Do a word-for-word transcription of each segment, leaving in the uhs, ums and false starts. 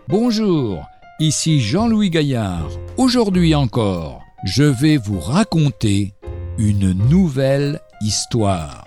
Bonjour, ici Jean-Louis Gaillard. Aujourd'hui encore, je vais vous raconter une nouvelle histoire.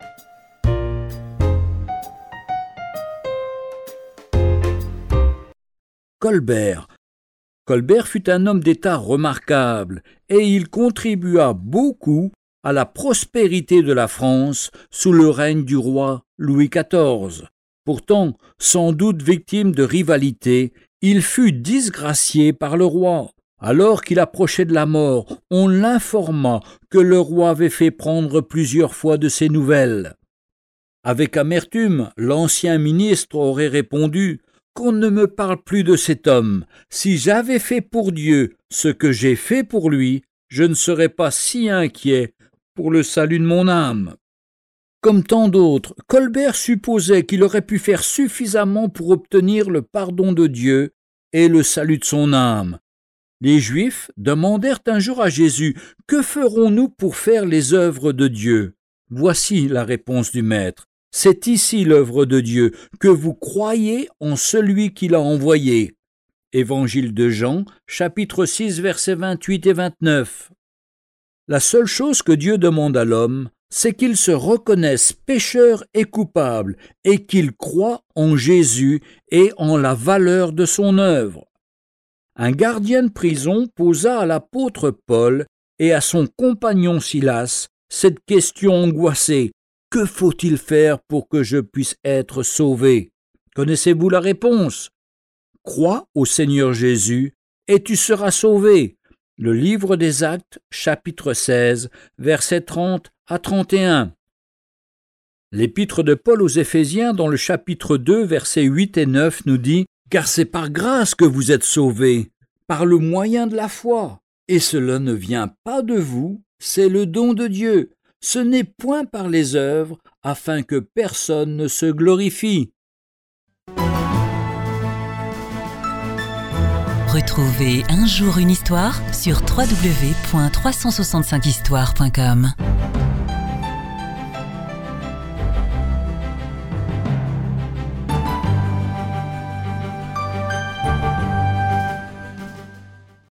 Colbert. Colbert fut un homme d'État remarquable et il contribua beaucoup à la prospérité de la France sous le règne du roi Louis quatorze. Pourtant, sans doute victime de rivalité, il fut disgracié par le roi. Alors qu'il approchait de la mort, on l'informa que le roi avait fait prendre plusieurs fois de ses nouvelles. Avec amertume, l'ancien ministre aurait répondu « Qu'on ne me parle plus de cet homme. Si j'avais fait pour Dieu ce que j'ai fait pour lui, je ne serais pas si inquiet pour le salut de mon âme. » Comme tant d'autres, Colbert supposait qu'il aurait pu faire suffisamment pour obtenir le pardon de Dieu et le salut de son âme. Les Juifs demandèrent un jour à Jésus « Que ferons-nous pour faire les œuvres de Dieu ?» Voici la réponse du Maître. « C'est ici l'œuvre de Dieu, que vous croyez en celui qui l'a envoyé. » Évangile de Jean, chapitre six, versets vingt-huit et vingt-neuf. La seule chose que Dieu demande à l'homme, c'est qu'il se reconnaisse pécheur et coupable et qu'il croie en Jésus et en la valeur de son œuvre. Un gardien de prison posa à l'apôtre Paul et à son compagnon Silas cette question angoissée. « Que faut-il faire pour que je puisse être sauvé ?» Connaissez-vous la réponse? « Crois au Seigneur Jésus et tu seras sauvé. » Le livre des Actes, chapitre seize, versets trente à trente et un. L'épître de Paul aux Éphésiens, dans le chapitre deux, versets huit et neuf, nous dit « Car c'est par grâce que vous êtes sauvés, par le moyen de la foi. Et cela ne vient pas de vous, c'est le don de Dieu. Ce n'est point par les œuvres, afin que personne ne se glorifie. » Retrouvez Un jour une histoire sur w w w point trois cent soixante-cinq histoire point com.